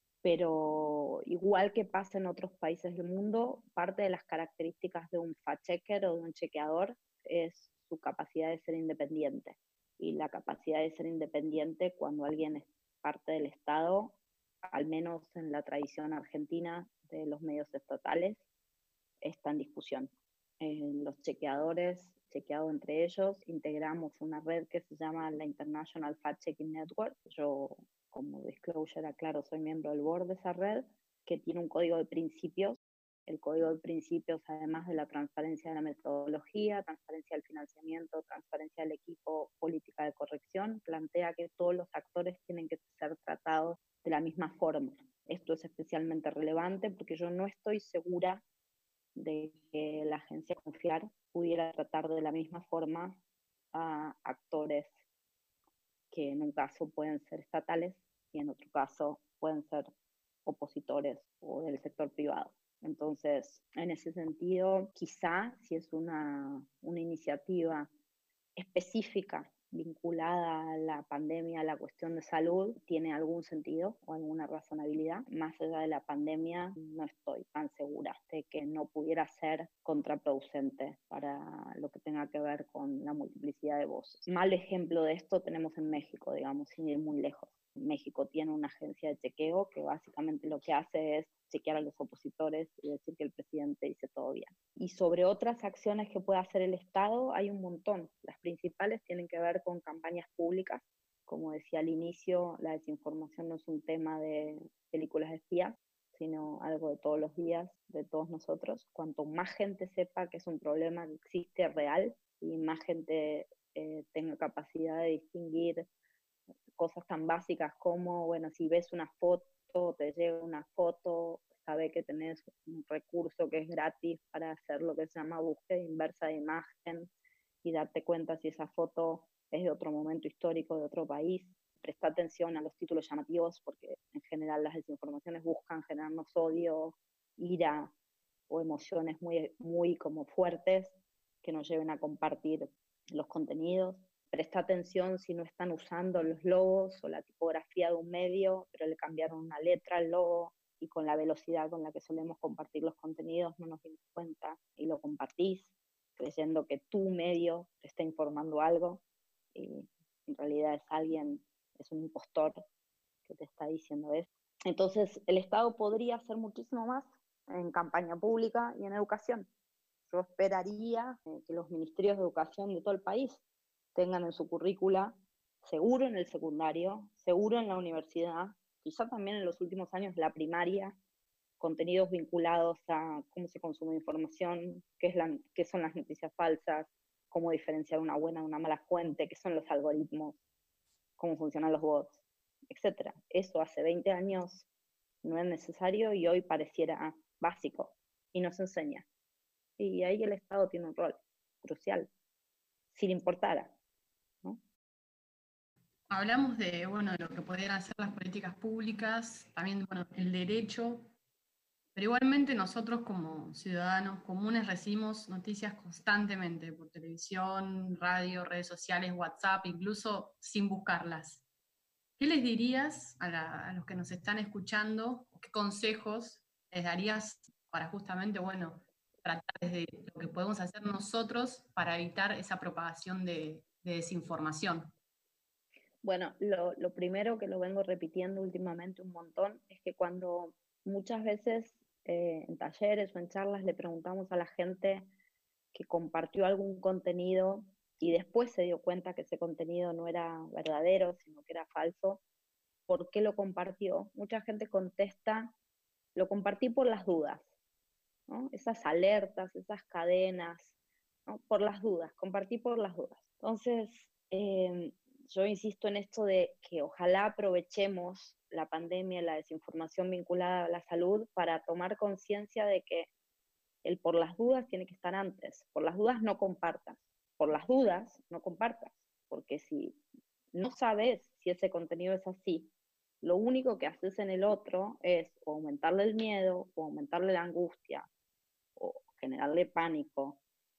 Pero igual que pasa en otros países del mundo, parte de las características de un fact-checker o de un chequeador es su capacidad de ser independiente. Y la capacidad de ser independiente cuando alguien es parte del Estado, al menos en la tradición argentina de los medios estatales, está en discusión. Eh, los chequeadores, chequeado entre ellos, integramos una red que se llama la International Fact-Checking Network. Yo, como disclosure, aclaro, soy miembro del board de esa red, que tiene un código de principios. El código de principios, además de la transparencia de la metodología, transparencia del financiamiento, transparencia del equipo, política de corrección, plantea que todos los actores tienen que ser tratados de la misma forma. Esto es especialmente relevante porque yo no estoy segura de que la agencia Confiar pudiera tratar de la misma forma a actores que en un caso pueden ser estatales y en otro caso pueden ser opositores o del sector privado. Entonces, en ese sentido, quizá si es una, una iniciativa específica vinculada a la pandemia, a la cuestión de salud, tiene algún sentido o alguna razonabilidad. Más allá de la pandemia, no estoy tan segura de que no pudiera ser contraproducente para lo que tenga que ver con la multiplicidad de voces. Mal ejemplo de esto tenemos en México, digamos, sin ir muy lejos. México tiene una agencia de chequeo que básicamente lo que hace es chequear a los opositores y decir que el presidente dice todo bien. Y sobre otras acciones que puede hacer el Estado hay un montón. Las principales tienen que ver con campañas públicas. Como decía al inicio, la desinformación no es un tema de películas de espías, sino algo de todos los días, de todos nosotros. Cuanto más gente sepa que es un problema que existe real y más gente eh, tenga capacidad de distinguir cosas tan básicas como, bueno, si ves una foto, te llega una foto, sabe que tenés un recurso que es gratis para hacer lo que se llama búsqueda inversa de imagen y darte cuenta si esa foto es de otro momento histórico, de otro país. Presta atención a los títulos llamativos porque en general las desinformaciones buscan generarnos odio, ira o emociones muy, muy como fuertes que nos lleven a compartir los contenidos. Presta atención si no están usando los logos o la tipografía de un medio, pero le cambiaron una letra al logo y con la velocidad con la que solemos compartir los contenidos no nos dimos cuenta y lo compartís creyendo que tu medio te está informando algo y en realidad es alguien, es un impostor que te está diciendo eso. Entonces el Estado podría hacer muchísimo más en campaña pública y en educación. Yo esperaría que los ministerios de educación de todo el país tengan en su currícula, seguro en el secundario, seguro en la universidad, quizá también en los últimos años la primaria, contenidos vinculados a cómo se consume información, qué, es la, qué son las noticias falsas, cómo diferenciar una buena de una mala fuente, qué son los algoritmos, cómo funcionan los bots, etcétera. Eso hace veinte años no es necesario y hoy pareciera básico y no se enseña. Y ahí el Estado tiene un rol crucial, si le importara, ¿no? Hablamos de, bueno, de lo que podrían hacer las políticas públicas, también, bueno, el derecho, pero igualmente nosotros como ciudadanos comunes recibimos noticias constantemente por televisión, radio, redes sociales, WhatsApp, incluso sin buscarlas. ¿Qué les dirías a, la, a los que nos están escuchando? ¿Qué consejos les darías para justamente, bueno, tratar desde lo que podemos hacer nosotros para evitar esa propagación de, de desinformación? Bueno, lo, lo primero que lo vengo repitiendo últimamente un montón es que cuando muchas veces eh, en talleres o en charlas le preguntamos a la gente que compartió algún contenido y después se dio cuenta que ese contenido no era verdadero, sino que era falso, ¿por qué lo compartió? Mucha gente contesta, lo compartí por las dudas, ¿no? Esas alertas, esas cadenas, ¿no? Por las dudas, compartí por las dudas. Entonces, eh, yo insisto en esto de que ojalá aprovechemos la pandemia, la desinformación vinculada a la salud para tomar conciencia de que el por las dudas tiene que estar antes. Por las dudas no compartas. Por las dudas no compartas. Porque si no sabes si ese contenido es así, lo único que haces en el otro es o aumentarle el miedo, o aumentarle la angustia, o generarle pánico,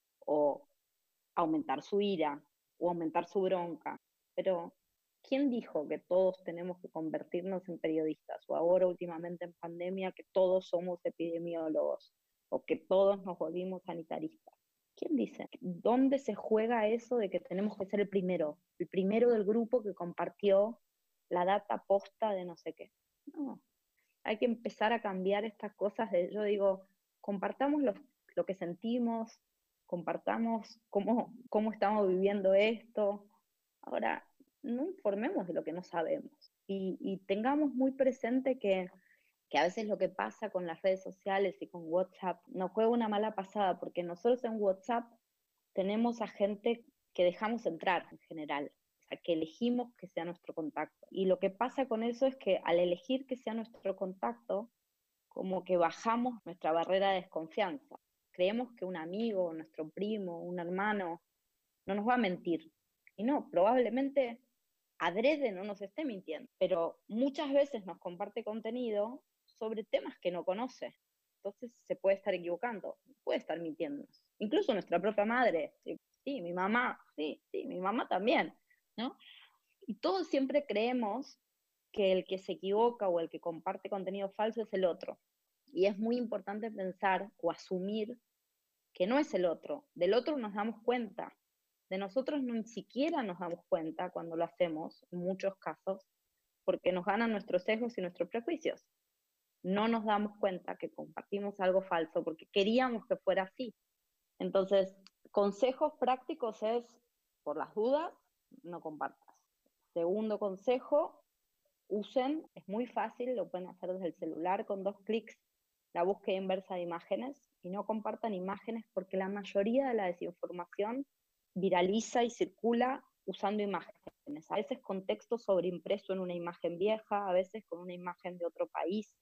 o aumentar su ira, o aumentar su bronca. Pero, ¿quién dijo que todos tenemos que convertirnos en periodistas? O ahora últimamente en pandemia que todos somos epidemiólogos, o que todos nos volvimos sanitaristas. ¿Quién dice? ¿Dónde se juega eso de que tenemos que ser el primero? El primero del grupo que compartió la data posta de no sé qué. No, hay que empezar a cambiar estas cosas de, yo digo, compartamos lo, lo que sentimos, compartamos cómo, cómo estamos viviendo esto. Ahora, no informemos de lo que no sabemos y, y tengamos muy presente que, que a veces lo que pasa con las redes sociales y con WhatsApp nos juega una mala pasada, porque nosotros en WhatsApp tenemos a gente que dejamos entrar en general, o sea, que elegimos que sea nuestro contacto. Y lo que pasa con eso es que al elegir que sea nuestro contacto, como que bajamos nuestra barrera de desconfianza. Creemos que un amigo, nuestro primo, un hermano, no nos va a mentir. Y no, probablemente adrede no nos esté mintiendo, pero muchas veces nos comparte contenido sobre temas que no conoce. Entonces se puede estar equivocando, puede estar mintiéndonos. Incluso nuestra propia madre, sí, sí, mi mamá, sí, sí, mi mamá también, ¿no? Y todos siempre creemos que el que se equivoca o el que comparte contenido falso es el otro. Y es muy importante pensar o asumir que no es el otro. Del otro nos damos cuenta. De nosotros ni siquiera nos damos cuenta cuando lo hacemos, en muchos casos, porque nos ganan nuestros sesgos y nuestros prejuicios. No nos damos cuenta que compartimos algo falso porque queríamos que fuera así. Entonces, consejos prácticos es, por las dudas, no compartas. Segundo consejo, usen, es muy fácil, lo pueden hacer desde el celular con dos clics, la búsqueda inversa de imágenes, y no compartan imágenes porque la mayoría de la desinformación viraliza y circula usando imágenes, a veces con texto sobreimpreso en una imagen vieja, a veces con una imagen de otro país,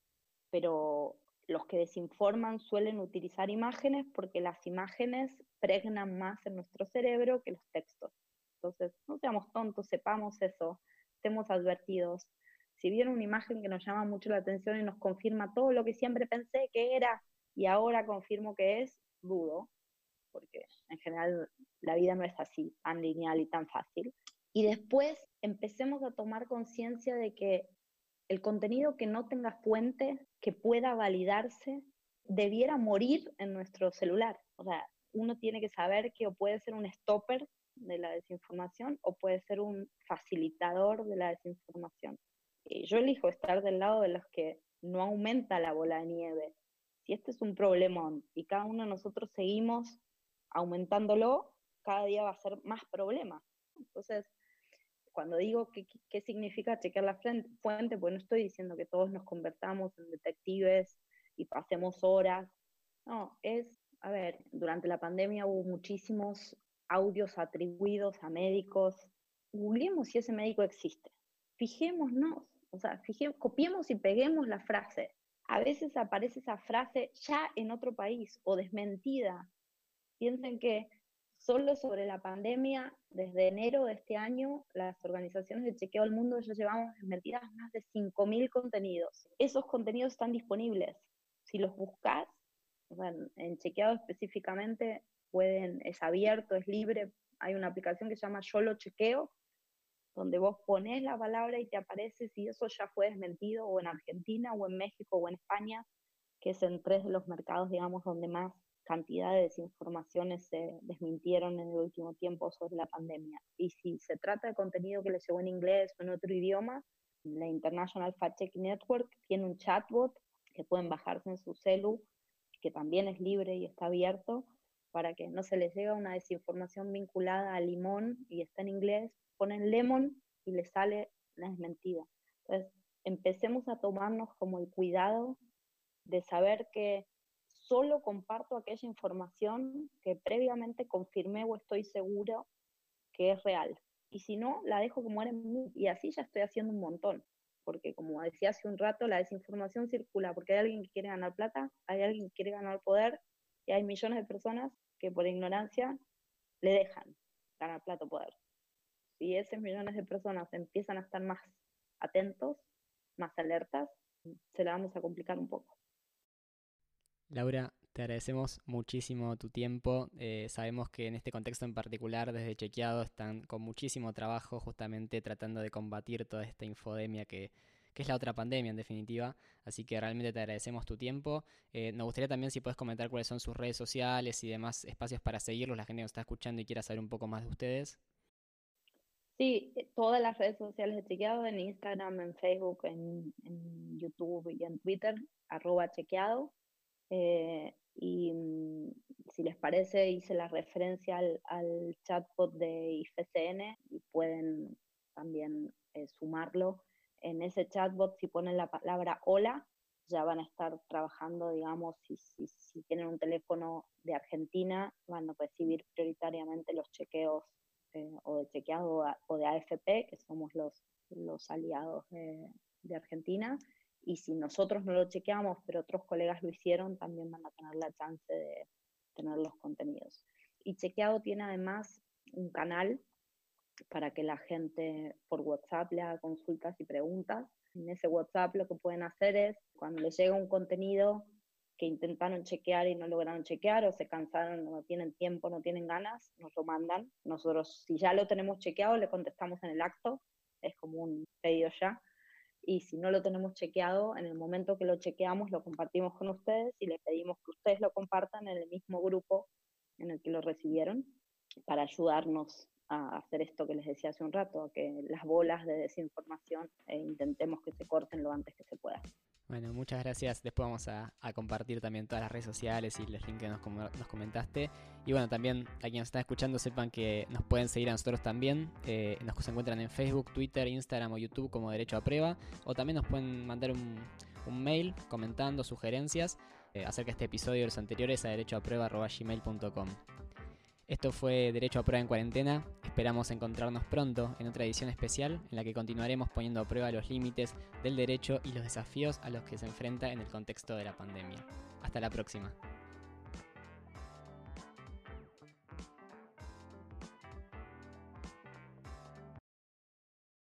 pero los que desinforman suelen utilizar imágenes porque las imágenes pregnan más en nuestro cerebro que los textos. Entonces, no seamos tontos, sepamos eso, estemos advertidos. Si viene una imagen que nos llama mucho la atención y nos confirma todo lo que siempre pensé que era y ahora confirmo que es, dudo, porque en general la vida no es así, tan lineal y tan fácil. Y después empecemos a tomar conciencia de que el contenido que no tenga fuente, que pueda validarse, debiera morir en nuestro celular. O sea, uno tiene que saber que o puede ser un stopper de la desinformación o puede ser un facilitador de la desinformación. Y yo elijo estar del lado de los que no aumenta la bola de nieve. Si este es un problemón y cada uno de nosotros seguimos aumentándolo, cada día va a ser más problema. Entonces, cuando digo qué, qué significa chequear la fuente, pues no estoy diciendo que todos nos convertamos en detectives y pasemos horas. No, es, a ver, durante la pandemia hubo muchísimos audios atribuidos a médicos. Googleemos si ese médico existe. Fijémonos, o sea, fijemos, copiemos y peguemos la frase. A veces aparece esa frase ya en otro país o desmentida. Piensen que solo sobre la pandemia, desde enero de este año, las organizaciones de chequeo del mundo ya llevamos desmentidas más de cinco mil contenidos. Esos contenidos están disponibles. Si los buscas, o sea, en chequeado específicamente, pueden, es abierto, es libre. Hay una aplicación que se llama Yo Lo Chequeo, donde vos pones la palabra y te aparece si eso ya fue desmentido, o en Argentina, o en México, o en España, que es en tres de los mercados, digamos, donde más cantidad de desinformaciones se desmintieron en el último tiempo sobre la pandemia. Y si se trata de contenido que les llegó en inglés o en otro idioma, la International Fact Checking Network tiene un chatbot que pueden bajarse en su celu, que también es libre y está abierto, para que no se les llegue una desinformación vinculada a limón y está en inglés, ponen lemon y les sale la desmentida. Entonces, empecemos a tomarnos como el cuidado de saber que solo comparto aquella información que previamente confirmé o estoy seguro que es real. Y si no, la dejo que muera en mí. Y así ya estoy haciendo un montón. Porque como decía hace un rato, la desinformación circula porque hay alguien que quiere ganar plata, hay alguien que quiere ganar poder, y hay millones de personas que por ignorancia le dejan ganar plata o poder. Si esos millones de personas empiezan a estar más atentos, más alertas, se la vamos a complicar un poco. Laura, te agradecemos muchísimo tu tiempo. Eh, sabemos que en este contexto en particular, desde Chequeado, están con muchísimo trabajo justamente tratando de combatir toda esta infodemia que, que es la otra pandemia en definitiva. Así que realmente te agradecemos tu tiempo. Eh, nos gustaría también si puedes comentar cuáles son sus redes sociales y demás espacios para seguirlos, la gente que nos está escuchando y quiera saber un poco más de ustedes. Sí, todas las redes sociales de Chequeado, en Instagram, en Facebook, en, en YouTube y en Twitter, arroba Chequeado. Eh, y mm, si les parece, hice la referencia al, al chatbot de I F C N y pueden también eh, sumarlo. En ese chatbot, si ponen la palabra hola, ya van a estar trabajando, digamos, si, si, si tienen un teléfono de Argentina, van a recibir prioritariamente los chequeos eh, o de chequeado o de A F P, que somos los, los aliados de, de Argentina. Y si nosotros no lo chequeamos, pero otros colegas lo hicieron, también van a tener la chance de tener los contenidos. Y Chequeado tiene además un canal para que la gente por WhatsApp le haga consultas y preguntas. En ese WhatsApp lo que pueden hacer es, cuando les llega un contenido que intentaron chequear y no lograron chequear, o se cansaron, no tienen tiempo, no tienen ganas, nos lo mandan. Nosotros, si ya lo tenemos chequeado, le contestamos en el acto, es como un pedido ya. Y si no lo tenemos chequeado, en el momento que lo chequeamos lo compartimos con ustedes y les pedimos que ustedes lo compartan en el mismo grupo en el que lo recibieron para ayudarnos a hacer esto que les decía hace un rato, a que las bolas de desinformación eh, intentemos que se corten lo antes que se pueda. Bueno, muchas gracias. Después vamos a, a compartir también todas las redes sociales y los links que nos, nos comentaste. Y bueno, también a quienes están escuchando sepan que nos pueden seguir a nosotros también. Eh, nos encuentran en Facebook, Twitter, Instagram o YouTube como Derecho a Prueba. O también nos pueden mandar un, un mail comentando sugerencias eh, acerca de este episodio y los anteriores a derechoaprueba arroba gmail punto com. Esto fue Derecho a Prueba en Cuarentena. Esperamos encontrarnos pronto en otra edición especial en la que continuaremos poniendo a prueba los límites del derecho y los desafíos a los que se enfrenta en el contexto de la pandemia. Hasta la próxima.